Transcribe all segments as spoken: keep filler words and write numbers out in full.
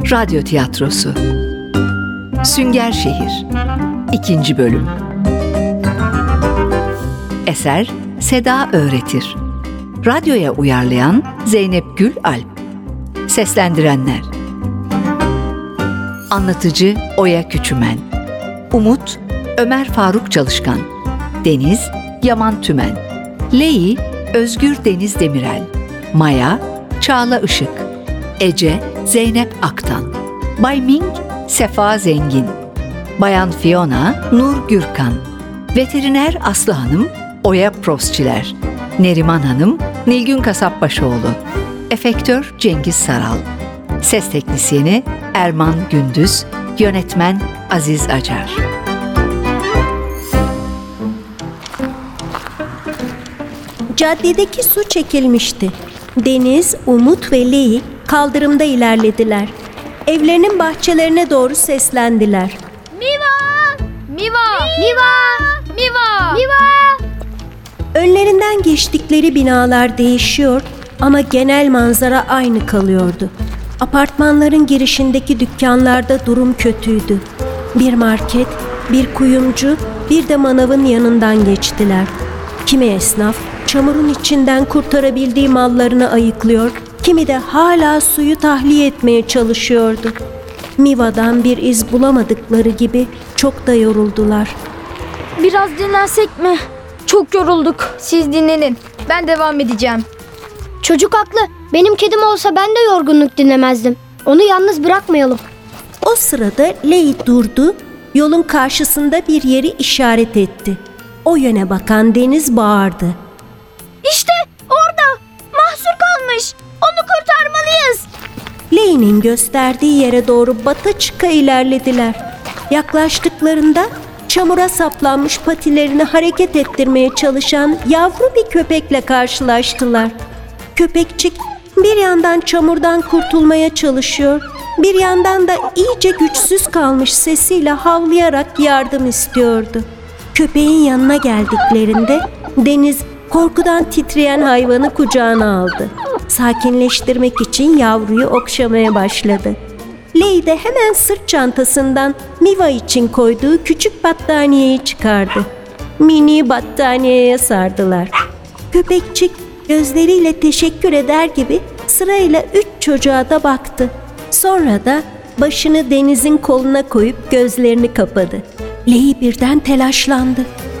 Radyo tiyatrosu Sünger Şehir İkinci Bölüm. Eser Seda Öğretir. Radyoya uyarlayan Zeynep Gül Alp. Seslendirenler: Anlatıcı Oya Küçümen, Umut Ömer Faruk Çalışkan, Deniz Yaman Tümen, Leyi Özgür Deniz Demirel, Maya Çağla Işık, Ece Zeynep Aktan, Bay Ming Sefa Zengin, Bayan Fiona Nur Gürkan, Veteriner Aslı Hanım Oya Prosçiler, Neriman Hanım Nilgün Kasapbaşoğlu, Efektör Cengiz Saral, Ses Teknisyeni Erman Gündüz, Yönetmen Aziz Acar. Caddedeki su çekilmişti. Deniz, Umut ve Leyi kaldırımda ilerlediler. Evlerinin bahçelerine doğru seslendiler. Miva! Miva! Miva! Miva! Miva! Önlerinden geçtikleri binalar değişiyor ama genel manzara aynı kalıyordu. Apartmanların girişindeki dükkanlarda durum kötüydü. Bir market, bir kuyumcu, bir de manavın yanından geçtiler. Kimi esnaf çamurun içinden kurtarabildiği mallarını ayıklıyor, kimi de hala suyu tahliye etmeye çalışıyordu. Miva'dan bir iz bulamadıkları gibi çok da yoruldular. Biraz dinlensek mi? Çok yorulduk. Siz dinlenin. Ben devam edeceğim. Çocuk haklı. Benim kedim olsa ben de yorgunluk dinlemezdim. Onu yalnız bırakmayalım. O sırada Leyi durdu, yolun karşısında bir yeri işaret etti. O yöne bakan Deniz bağırdı. İşte orada. Mahsur kalmış. Onu kurtarmalıyız. Leyi'nin gösterdiği yere doğru bata çıka ilerlediler. Yaklaştıklarında çamura saplanmış patilerini hareket ettirmeye çalışan yavru bir köpekle karşılaştılar. Köpekçik bir yandan çamurdan kurtulmaya çalışıyor, bir yandan da iyice güçsüz kalmış sesiyle havlayarak yardım istiyordu. Köpeğin yanına geldiklerinde Deniz korkudan titreyen hayvanı kucağına aldı. Sakinleştirmek için yavruyu okşamaya başladı. Leyi de hemen sırt çantasından Miva için koyduğu küçük battaniyeyi çıkardı. Mini battaniyeye sardılar. Köpekçik gözleriyle teşekkür eder gibi sırayla üç çocuğa da baktı. Sonra da başını Deniz'in koluna koyup gözlerini kapadı. Leyi birden telaşlandı.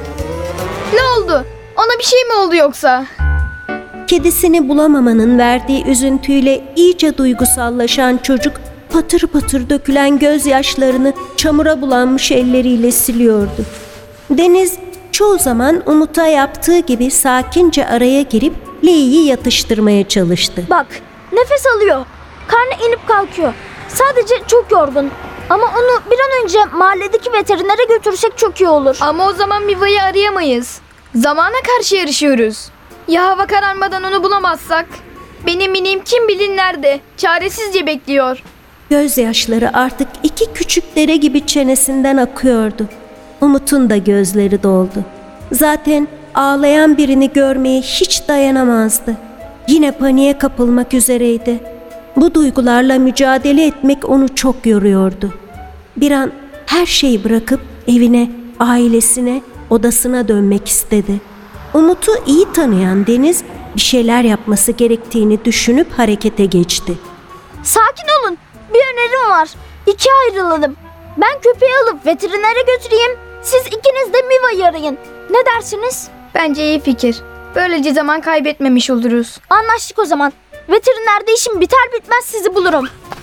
Ne oldu? Ona bir şey mi oldu yoksa? Kedisini bulamamanın verdiği üzüntüyle iyice duygusallaşan çocuk patır patır dökülen gözyaşlarını çamura bulanmış elleriyle siliyordu. Deniz çoğu zaman Umut'a yaptığı gibi sakince araya girip Leyi'yi yatıştırmaya çalıştı. Bak, nefes alıyor. Karnı inip kalkıyor. Sadece çok yorgun. Ama onu bir an önce mahalledeki veterinere götürsek çok iyi olur. Ama o zaman Miva'yı arayamayız. Zamana karşı yarışıyoruz. Ya hava kararmadan onu bulamazsak? Benim minim kim bilir nerede? Çaresizce bekliyor. Gözyaşları artık iki küçük dere gibi çenesinden akıyordu. Umut'un da gözleri doldu. Zaten ağlayan birini görmeye hiç dayanamazdı. Yine paniğe kapılmak üzereydi. Bu duygularla mücadele etmek onu çok yoruyordu. Bir an her şeyi bırakıp evine, ailesine, odasına dönmek istedi. Umut'u iyi tanıyan Deniz bir şeyler yapması gerektiğini düşünüp harekete geçti. Sakin olun. Bir önerim var. İkiye ayrılalım. Ben köpeği alıp veterinere götüreyim. Siz ikiniz de Miva'yı arayın. Ne dersiniz? Bence iyi fikir. Böylece zaman kaybetmemiş oluruz. Anlaştık o zaman. Veterinerde işim biter bitmez sizi bulurum.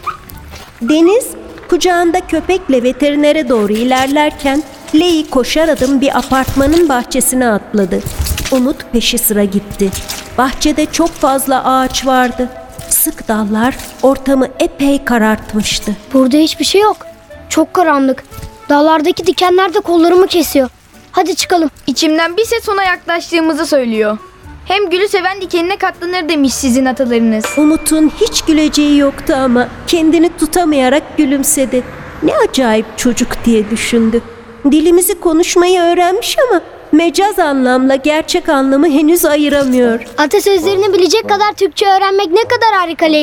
Deniz kucağında köpekle veterinere doğru ilerlerken Leyi koşar adım bir apartmanın bahçesine atladı. Umut peşi sıra gitti. Bahçede çok fazla ağaç vardı. Sık dallar ortamı epey karartmıştı. Burada hiçbir şey yok. Çok karanlık. Dağlardaki dikenler de kollarımı kesiyor. Hadi çıkalım. İçimden bir ses ona yaklaştığımızı söylüyor. Hem gülü seven dikenine katlanır demiş sizin atalarınız. Umut'un hiç güleceği yoktu ama kendini tutamayarak gülümsedi. Ne acayip çocuk diye düşündü. Dilimizi konuşmayı öğrenmiş ama mecaz anlamla gerçek anlamı henüz ayıramıyor. Atasözlerini bilecek kadar Türkçe öğrenmek ne kadar harika Leyi.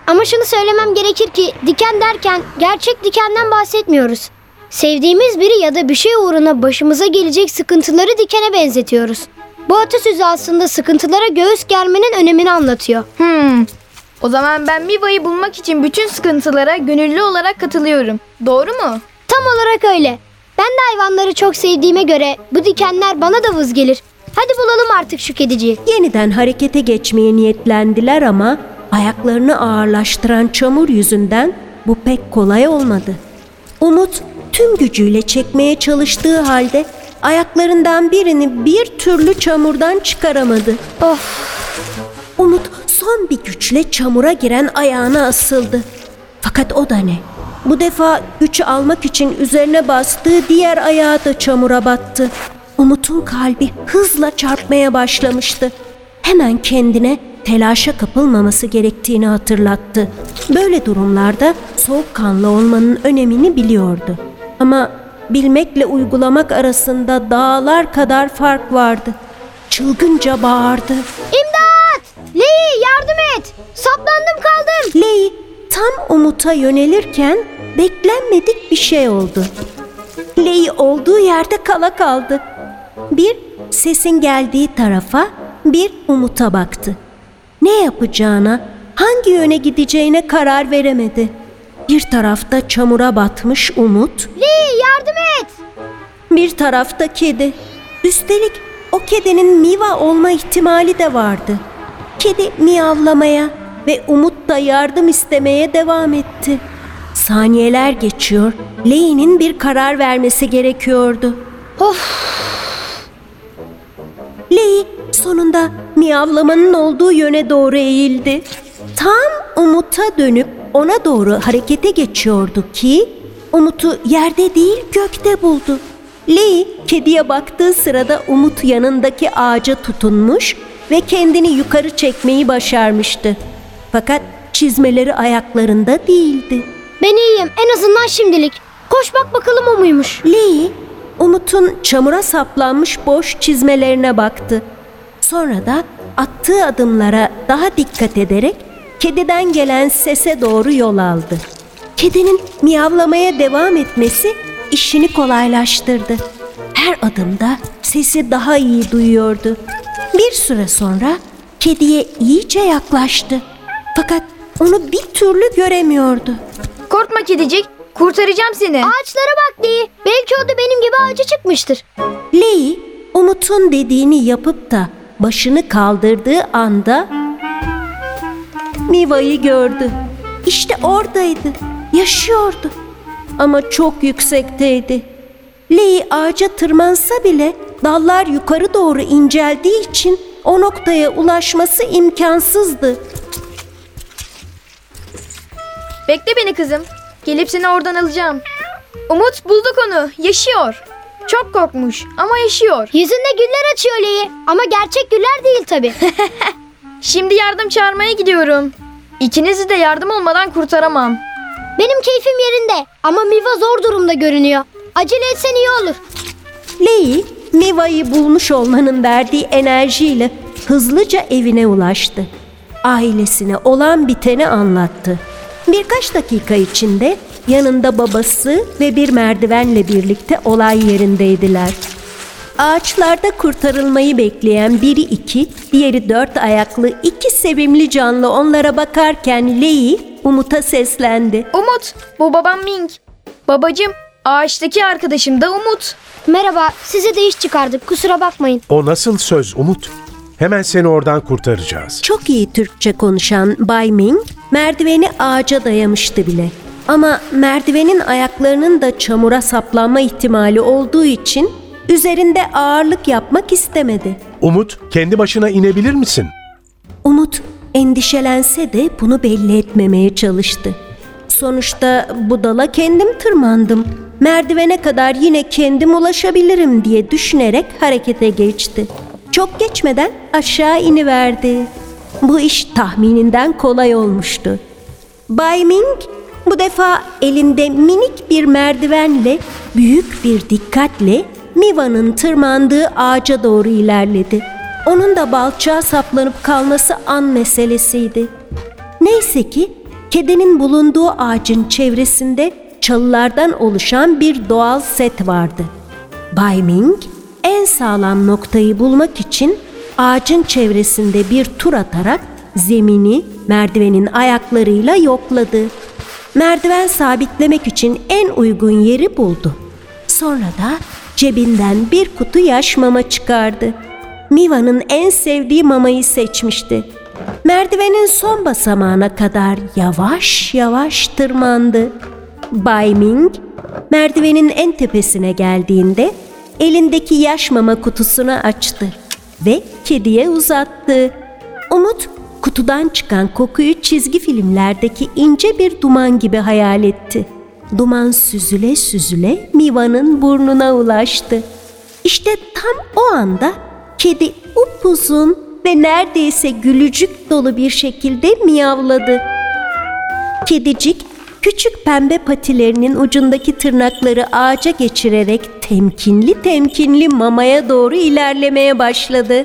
Ama şunu söylemem gerekir ki diken derken gerçek dikenden bahsetmiyoruz. Sevdiğimiz biri ya da bir şey uğruna başımıza gelecek sıkıntıları dikene benzetiyoruz. Bu atasözü aslında sıkıntılara göğüs germenin önemini anlatıyor. Hmm. O zaman ben Miva'yı bulmak için bütün sıkıntılara gönüllü olarak katılıyorum. Doğru mu? Tam olarak öyle. Ben de hayvanları çok sevdiğime göre bu dikenler bana da vız gelir. Hadi bulalım artık şu kediciyi. Yeniden harekete geçmeye niyetlendiler ama ayaklarını ağırlaştıran çamur yüzünden bu pek kolay olmadı. Umut tüm gücüyle çekmeye çalıştığı halde ayaklarından birini bir türlü çamurdan çıkaramadı. Of! Umut son bir güçle çamura giren ayağına asıldı. Fakat o da ne? Bu defa güç almak için üzerine bastığı diğer ayağı da çamura battı. Umut'un kalbi hızla çarpmaya başlamıştı. Hemen kendine telaşa kapılmaması gerektiğini hatırlattı. Böyle durumlarda soğukkanlı olmanın önemini biliyordu. Ama bilmekle uygulamak arasında dağlar kadar fark vardı. Çılgınca bağırdı. İmdat! Lei yardım et! Saplandım kaldım! Lei tam Umut'a yönelirken beklenmedik bir şey oldu. Lei olduğu yerde kala kaldı. Bir sesin geldiği tarafa, bir Umut'a baktı. Ne yapacağına, hangi yöne gideceğine karar veremedi. Bir tarafta çamura batmış Umut, Lei yardım et! bir tarafta kedi. Üstelik o kedinin Miva olma ihtimali de vardı. Kedi miyavlamaya ve Umut da yardım istemeye devam etti. Saniyeler geçiyor, Lei'nin bir karar vermesi gerekiyordu. Of! Lei sonunda miyavlamanın olduğu yöne doğru eğildi. Tam Umut'a dönüp ona doğru harekete geçiyordu ki Umut'u yerde değil gökte buldu. Lei kediye baktığı sırada Umut yanındaki ağaca tutunmuş ve kendini yukarı çekmeyi başarmıştı. Fakat çizmeleri ayaklarında değildi. Ben iyiyim en azından şimdilik. Koş bak bakalım o muymuş? Lei Umut'un çamura saplanmış boş çizmelerine baktı. Sonra da attığı adımlara daha dikkat ederek kediden gelen sese doğru yol aldı. Kedinin miyavlamaya devam etmesi işini kolaylaştırdı. Her adımda sesi daha iyi duyuyordu. Bir süre sonra kediye iyice yaklaştı. Fakat onu bir türlü göremiyordu. Korkma kedicik, kurtaracağım seni. Ağaçlara bak Lei. Belki o da benim gibi ağaca çıkmıştır. Lei, Umut'un dediğini yapıp da başını kaldırdığı anda Miva'yı gördü. İşte oradaydı, yaşıyordu. Ama çok yüksekteydi. Lei ağaca tırmansa bile dallar yukarı doğru inceldiği için o noktaya ulaşması imkansızdı. Bekle beni kızım. Gelip seni oradan alacağım. Umut, bulduk onu. Yaşıyor. Çok korkmuş ama yaşıyor. Yüzünde güller açıyor Lei. Ama gerçek güller değil tabii. Şimdi yardım çağırmaya gidiyorum. İkinizi de yardım olmadan kurtaramam. Benim keyfim yerinde ama Miva zor durumda görünüyor. Acele etsen iyi olur. Lei, Miva'yı bulmuş olmanın verdiği enerjiyle hızlıca evine ulaştı. Ailesine olan biteni anlattı. Birkaç dakika içinde yanında babası ve bir merdivenle birlikte olay yerindeydiler. Ağaçlarda kurtarılmayı bekleyen biri iki, diğeri dört ayaklı iki sevimli canlı onlara bakarken Lei Umut'a seslendi. Umut, bu babam Ming. Babacım, ağaçtaki arkadaşım da Umut. Merhaba, size de iş çıkardık. Kusura bakmayın. O nasıl söz Umut? Hemen seni oradan kurtaracağız. Çok iyi Türkçe konuşan Bay Ming merdiveni ağaca dayamıştı bile. Ama merdivenin ayaklarının da çamura saplanma ihtimali olduğu için üzerinde ağırlık yapmak istemedi. Umut, kendi başına inebilir misin? Umut endişelense de bunu belli etmemeye çalıştı. Sonuçta bu dala kendim tırmandım. Merdivene kadar yine kendim ulaşabilirim diye düşünerek harekete geçti. Çok geçmeden aşağı iniverdi. Bu iş tahmininden kolay olmuştu. Bay Ming bu defa elinde minik bir merdivenle büyük bir dikkatle Miva'nın tırmandığı ağaca doğru ilerledi. Onun da balçağa saplanıp kalması an meselesiydi. Neyse ki kedinin bulunduğu ağacın çevresinde çalılardan oluşan bir doğal set vardı. Bay Ming en sağlam noktayı bulmak için ağacın çevresinde bir tur atarak zemini merdivenin ayaklarıyla yokladı. Merdiven sabitlemek için en uygun yeri buldu. Sonra da cebinden bir kutu yaş mama çıkardı. Miva'nın en sevdiği mamayı seçmişti. Merdivenin son basamağına kadar yavaş yavaş tırmandı. Bay Ming merdivenin en tepesine geldiğinde elindeki yaş mama kutusunu açtı ve kediye uzattı. Umut kutudan çıkan kokuyu çizgi filmlerdeki ince bir duman gibi hayal etti. Duman süzüle süzüle Miva'nın burnuna ulaştı. İşte tam o anda kedi upuzun ve neredeyse gülücük dolu bir şekilde miyavladı. Kedicik küçük pembe patilerinin ucundaki tırnakları ağaca geçirerek temkinli temkinli mamaya doğru ilerlemeye başladı.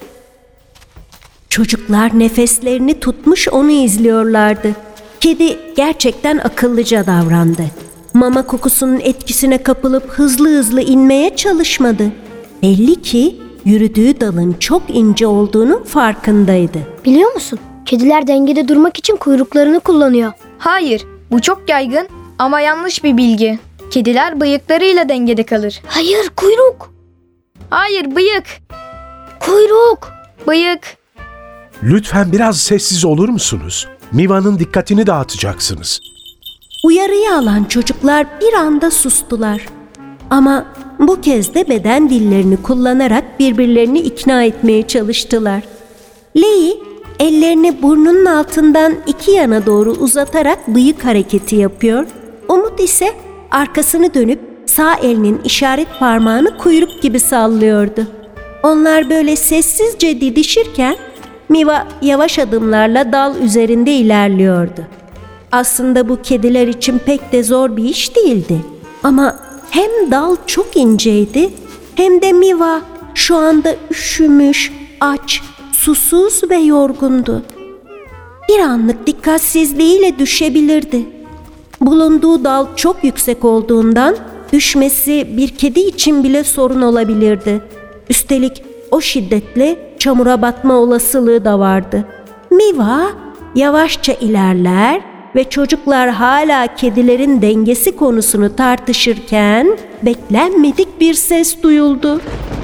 Çocuklar nefeslerini tutmuş onu izliyorlardı. Kedi gerçekten akıllıca davrandı. Mama kokusunun etkisine kapılıp hızlı hızlı inmeye çalışmadı. Belli ki yürüdüğü dalın çok ince olduğunun farkındaydı. Biliyor musun? Kediler dengede durmak için kuyruklarını kullanıyor. Hayır, bu çok yaygın ama yanlış bir bilgi. Kediler bıyıklarıyla dengede kalır. Hayır, kuyruk. Hayır, bıyık. Kuyruk. Bıyık. Lütfen biraz sessiz olur musunuz? Miva'nın dikkatini dağıtacaksınız. Uyarıyı alan çocuklar bir anda sustular. Ama bu kez de beden dillerini kullanarak birbirlerini ikna etmeye çalıştılar. Lei ellerini burnunun altından iki yana doğru uzatarak bıyık hareketi yapıyor. Umut ise arkasını dönüp sağ elinin işaret parmağını kuyruk gibi sallıyordu. Onlar böyle sessizce didişirken Miva yavaş adımlarla dal üzerinde ilerliyordu. Aslında bu kediler için pek de zor bir iş değildi. Ama hem dal çok inceydi hem de Miva şu anda üşümüş, aç, susuz ve yorgundu. Bir anlık dikkatsizliğiyle düşebilirdi. Bulunduğu dal çok yüksek olduğundan düşmesi bir kedi için bile sorun olabilirdi. Üstelik o şiddetle çamura batma olasılığı da vardı. Miva yavaşça ilerler ve çocuklar hala kedilerin dengesi konusunu tartışırken beklenmedik bir ses duyuldu.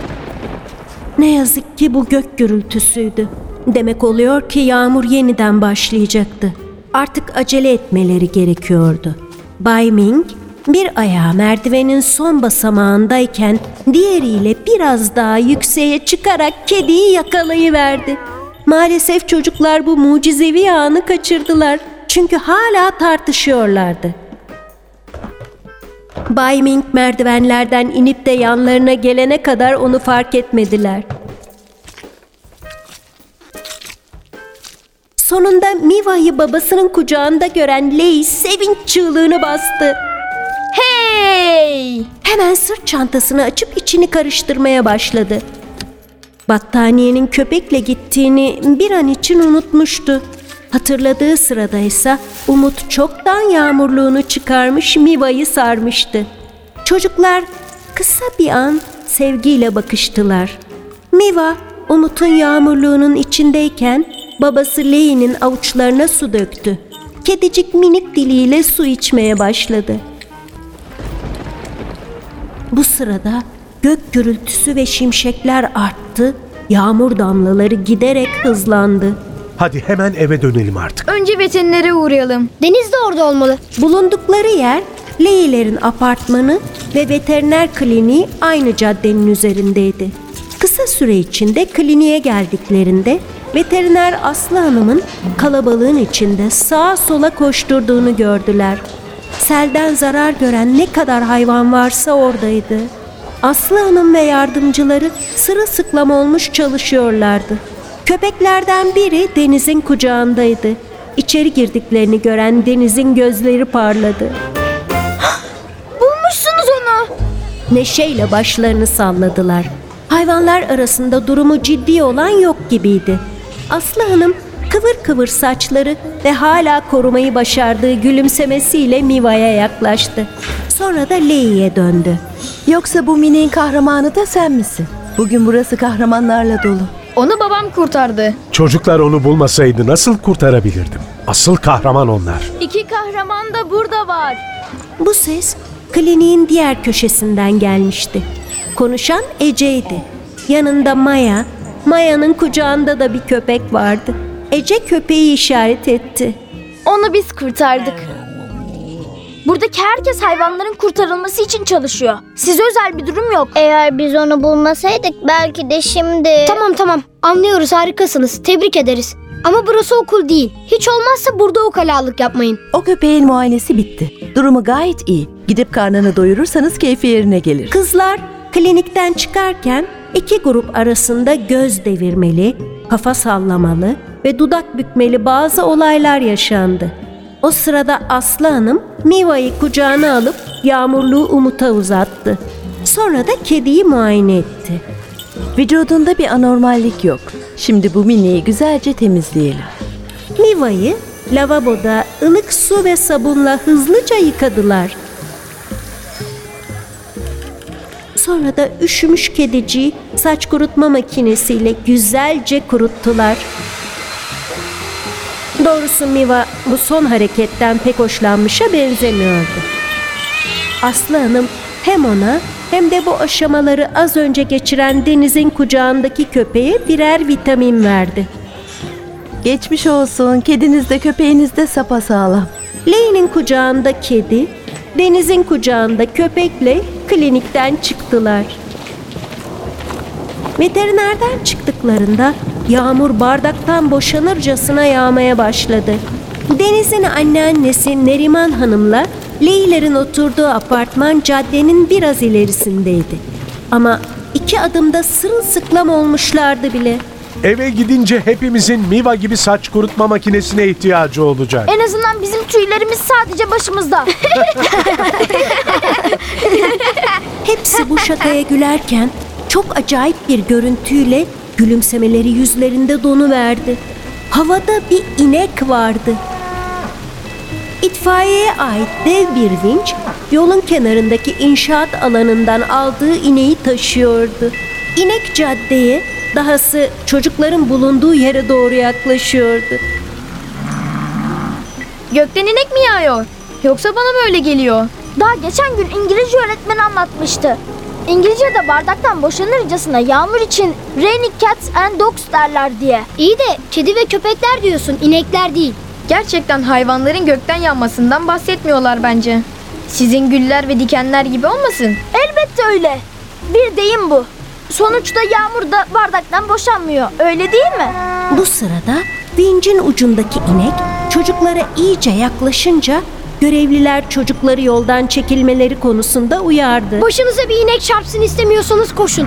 Ne yazık ki bu gök gürültüsüydü. Demek oluyor ki yağmur yeniden başlayacaktı. Artık acele etmeleri gerekiyordu. Bay Ming bir ayağı merdivenin son basamağındayken diğeriyle biraz daha yükseğe çıkarak kediyi yakalayıverdi. Maalesef çocuklar bu mucizevi anı kaçırdılar. Çünkü hala tartışıyorlardı. Bay Ming merdivenlerden inip de yanlarına gelene kadar onu fark etmediler. Sonunda Miva'yı babasının kucağında gören Lei sevinç çığlığını bastı. Hey! Hemen sırt çantasını açıp içini karıştırmaya başladı. Battaniyenin köpekle gittiğini bir an için unutmuştu. Hatırladığı sırada ise Umut çoktan yağmurluğunu çıkarmış Miva'yı sarmıştı. Çocuklar kısa bir an sevgiyle bakıştılar. Miva Umut'un yağmurluğunun içindeyken babası Lei'nin avuçlarına su döktü. Kedicik minik diliyle su içmeye başladı. Bu sırada gök gürültüsü ve şimşekler arttı, yağmur damlaları giderek hızlandı. Hadi hemen eve dönelim artık. Önce veterinere uğrayalım. Deniz de orada olmalı. Bulundukları yer Lei'lerin apartmanı ve veteriner kliniği aynı caddenin üzerindeydi. Kısa süre içinde kliniğe geldiklerinde veteriner Aslı Hanım'ın kalabalığın içinde sağa sola koşturduğunu gördüler. Selden zarar gören ne kadar hayvan varsa oradaydı. Aslı Hanım ve yardımcıları sırılsıklam olmuş çalışıyorlardı. Köpeklerden biri Deniz'in kucağındaydı. İçeri girdiklerini gören Deniz'in gözleri parladı. Bulmuşsunuz onu. Neşeyle başlarını salladılar. Hayvanlar arasında durumu ciddi olan yok gibiydi. Aslı Hanım Kıvır kıvır saçları ve hala korumayı başardığı gülümsemesiyle Miva'ya yaklaştı. Sonra da Lei'ye döndü. Yoksa bu mineğin kahramanı da sen misin? Bugün burası kahramanlarla dolu. Onu babam kurtardı. Çocuklar onu bulmasaydı nasıl kurtarabilirdim? Asıl kahraman onlar. İki kahraman da burada var. Bu ses kliniğin diğer köşesinden gelmişti. Konuşan Ece'ydi. Yanında Maya, Maya'nın kucağında da bir köpek vardı. Ece köpeği işaret etti. Onu biz kurtardık. Buradaki herkes hayvanların kurtarılması için çalışıyor. Size özel bir durum yok. Eğer biz onu bulmasaydık belki de şimdi... Tamam tamam anlıyoruz, harikasınız, tebrik ederiz. Ama burası okul değil. Hiç olmazsa burada ukalalık yapmayın. O köpeğin muayenesi bitti. Durumu gayet iyi. Gidip karnını doyurursanız keyfi yerine gelir. Kızlar klinikten çıkarken iki grup arasında göz devirmeli, kafa sallamalı ve dudak bükmeli bazı olaylar yaşandı. O sırada Aslı Hanım Miva'yı kucağına alıp Yağmurluğu Umut'a uzattı. Sonra da kediyi muayene etti. Vücudunda bir anormallik yok. Şimdi bu mineyi güzelce temizleyelim. Miva'yı lavaboda ılık su ve sabunla hızlıca yıkadılar. Sonra da üşümüş kediciyi saç kurutma makinesiyle güzelce kuruttular. Doğrusu Miva bu son hareketten pek hoşlanmışa benzemiyordu. Aslı Hanım hem ona hem de bu aşamaları az önce geçiren Deniz'in kucağındaki köpeğe birer vitamin verdi. Geçmiş olsun. Kediniz de köpeğiniz de sapasağlam. Lei'nin kucağında kedi, Deniz'in kucağında köpekle klinikten çıktılar. Veterinerden çıktıklarında yağmur bardaktan boşanırcasına yağmaya başladı. Deniz'in anneannesi Neriman Hanım'la Lei'lerin oturduğu apartman caddenin biraz ilerisindeydi. Ama iki adımda sırılsıklam olmuşlardı bile. Eve gidince hepimizin Miva gibi saç kurutma makinesine ihtiyacı olacak. En azından bizim tüylerimiz sadece başımızda. Hepsi bu şakaya gülerken çok acayip bir görüntüyle gülümsemeleri yüzlerinde donuverdi. Havada bir inek vardı. İtfaiyeye ait dev bir vinç yolun kenarındaki inşaat alanından aldığı ineği taşıyordu. İnek caddeye, dahası çocukların bulunduğu yere doğru yaklaşıyordu. Gökten inek mi yağıyor? Yoksa bana mı öyle geliyor? Daha geçen gün İngilizce öğretmeni anlatmıştı. İngilizce'de bardaktan boşanırcasına yağmur için raining cats and dogs derler diye. İyi de kedi ve köpekler diyorsun, inekler değil. Gerçekten hayvanların gökten yağmasından bahsetmiyorlar bence. Sizin güller ve dikenler gibi olmasın? Elbette öyle. Bir deyim bu. Sonuçta yağmur da bardaktan boşanmıyor. Öyle değil mi? Bu sırada vincin ucundaki inek çocuklara iyice yaklaşınca görevliler çocukları yoldan çekilmeleri konusunda uyardı. Başınıza bir inek çarpsın, istemiyorsanız koşun.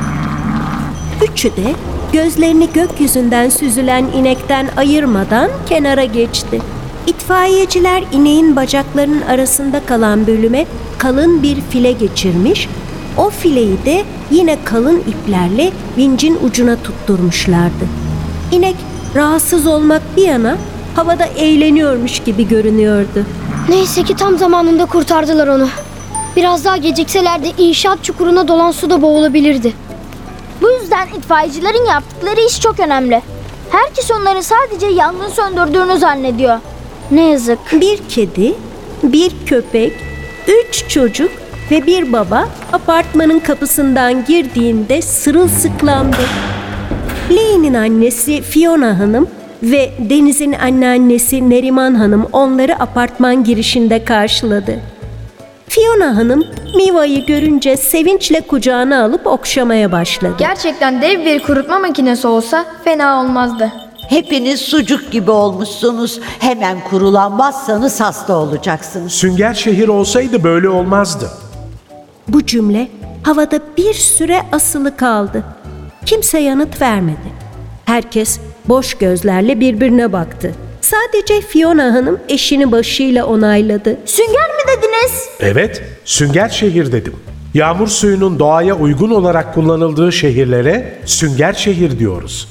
Üçü de gözlerini gökyüzünden süzülen inekten ayırmadan kenara geçti. İtfaiyeciler ineğin bacaklarının arasında kalan bölüme kalın bir file geçirmiş, o fileyi de yine kalın iplerle vincin ucuna tutturmuşlardı. İnek rahatsız olmak bir yana havada eğleniyormuş gibi görünüyordu. Neyse ki tam zamanında kurtardılar onu. Biraz daha gecikselerdi inşaat çukuruna dolan suda boğulabilirdi. Bu yüzden itfaiyecilerin yaptıkları iş çok önemli. Herkes onların sadece yangın söndürdüğünü zannediyor. Ne yazık. Bir kedi, bir köpek, üç çocuk ve bir baba apartmanın kapısından girdiğinde sırılsıklamdı. Lei'nin annesi Fiona Hanım ve Deniz'in anneannesi Neriman Hanım onları apartman girişinde karşıladı. Fiona Hanım Miva'yı görünce sevinçle kucağına alıp okşamaya başladı. Gerçekten dev bir kurutma makinesi olsa fena olmazdı. Hepiniz sucuk gibi olmuşsunuz. Hemen kurulanmazsanız hasta olacaksınız. Sünger şehir olsaydı böyle olmazdı. Bu cümle havada bir süre asılı kaldı. Kimse yanıt vermedi. Herkes boş gözlerle birbirine baktı. Sadece Fiona Hanım eşini başıyla onayladı. Sünger mi dediniz? Evet, sünger şehir dedim. Yağmur suyunun doğaya uygun olarak kullanıldığı şehirlere sünger şehir diyoruz.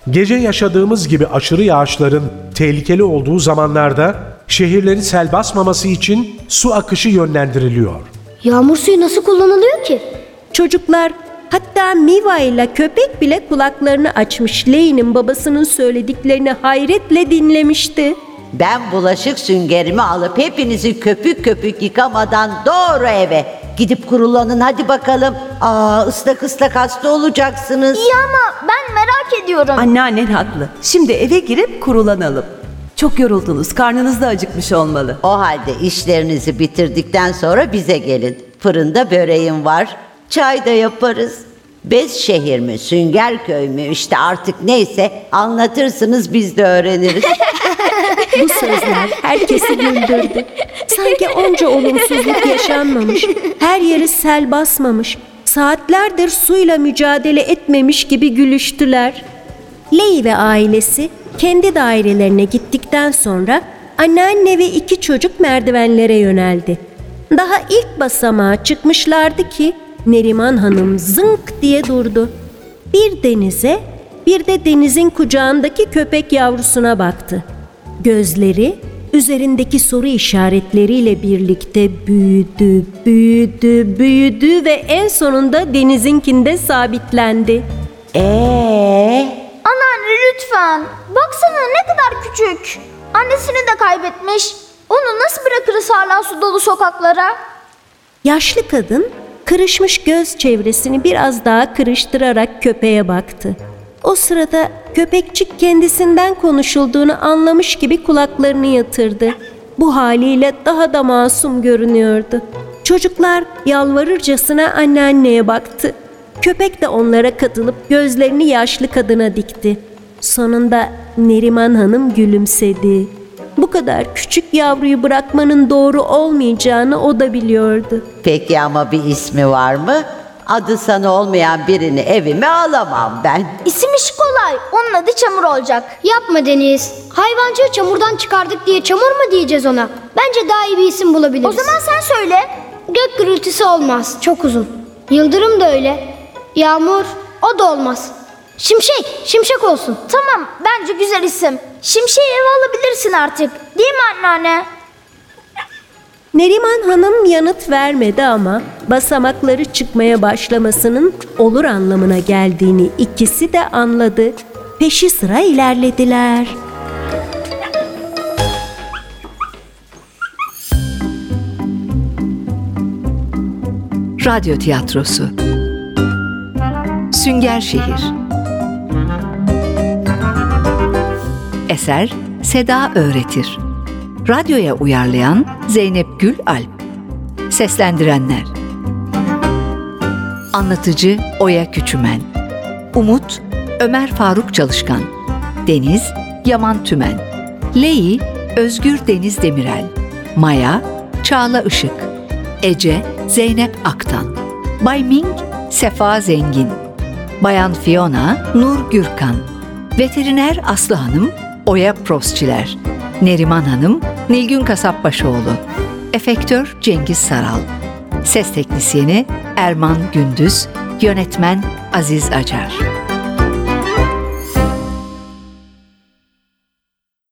Gece yaşadığımız gibi aşırı yağışların tehlikeli olduğu zamanlarda şehirleri sel basmaması için su akışı yönlendiriliyor. Yağmur suyu nasıl kullanılıyor ki? Çocuklar, hatta Miva ile köpek bile kulaklarını açmış Lei'nin babasının söylediklerini hayretle dinlemişti. Ben bulaşık süngerimi alıp hepinizi köpük köpük yıkamadan doğru eve. Gidip kurulanın hadi bakalım. Aa, ıslak ıslak hasta olacaksınız. İyi ama ben merak ediyorum. Anneannen haklı. Şimdi eve girip kurulanalım. Çok yoruldunuz, karnınız da acıkmış olmalı. O halde işlerinizi bitirdikten sonra bize gelin. Fırında böreğim var. Çay da yaparız. Bezşehir mi, Süngerköy mü işte artık neyse anlatırsınız biz de öğreniriz. Bu sözler herkesi güldürdü. Sanki onca olumsuzluk yaşanmamış, her yeri sel basmamış, saatlerdir suyla mücadele etmemiş gibi gülüştüler. Lei ve ailesi kendi dairelerine gittikten sonra anneanne ve iki çocuk merdivenlere yöneldi. Daha ilk basamağa çıkmışlardı ki Neriman Hanım zınk diye durdu. Bir denize, bir de denizin kucağındaki köpek yavrusuna baktı. Gözleri üzerindeki soru işaretleriyle birlikte büyüdü, büyüdü, büyüdü ve en sonunda denizinkinde sabitlendi. Eee? Anneanne lütfen. Baksana ne kadar küçük. Annesini de kaybetmiş. Onu nasıl bırakırız hala su dolu sokaklara? Yaşlı kadın kırışmış göz çevresini biraz daha kırıştırarak köpeğe baktı. O sırada köpekçik kendisinden konuşulduğunu anlamış gibi kulaklarını yatırdı. Bu haliyle daha da masum görünüyordu. Çocuklar yalvarırcasına anneanneye baktı. Köpek de onlara katılıp gözlerini yaşlı kadına dikti. Sonunda Neriman Hanım gülümsedi. Bu kadar küçük yavruyu bırakmanın doğru olmayacağını o da biliyordu. Peki ama bir ismi var mı? Adı sana olmayan birini evime alamam ben. İsim işi kolay. Onun adı Çamur olacak. Yapma Deniz. Hayvancığı çamurdan çıkardık diye çamur mu diyeceğiz ona? Bence daha iyi bir isim bulabiliriz. O zaman sen söyle. Gök gürültüsü olmaz. Çok uzun. Yıldırım da öyle. Yağmur o da olmaz. Şimşek. Şimşek olsun. Tamam, bence güzel isim. Şimşeği eve alabilirsin artık. Değil mi anneanne? Neriman Hanım yanıt vermedi ama basamakları çıkmaya başlamasının olur anlamına geldiğini ikisi de anladı. Peşi sıra ilerlediler. Radyo tiyatrosu Sünger Şehir. Eser Seda Öğretir. Radyoya uyarlayan Zeynep Gül Alp. Seslendirenler: Anlatıcı Oya Küçümen, Umut Ömer Faruk Çalışkan, Deniz Yaman Tümen, Lei Özgür Deniz Demirel, Maya Çağla Işık, Ece Zeynep Aktan, Bay Ming Sefa Zengin, Bayan Fiona Nur Gürkan, Veteriner Aslı Hanım Oya Prosçiler, Neriman Hanım Nilgün Kasapbaşoğlu, Efektör Cengiz Saral, Ses Teknisyeni Erman Gündüz, Yönetmen Aziz Acar.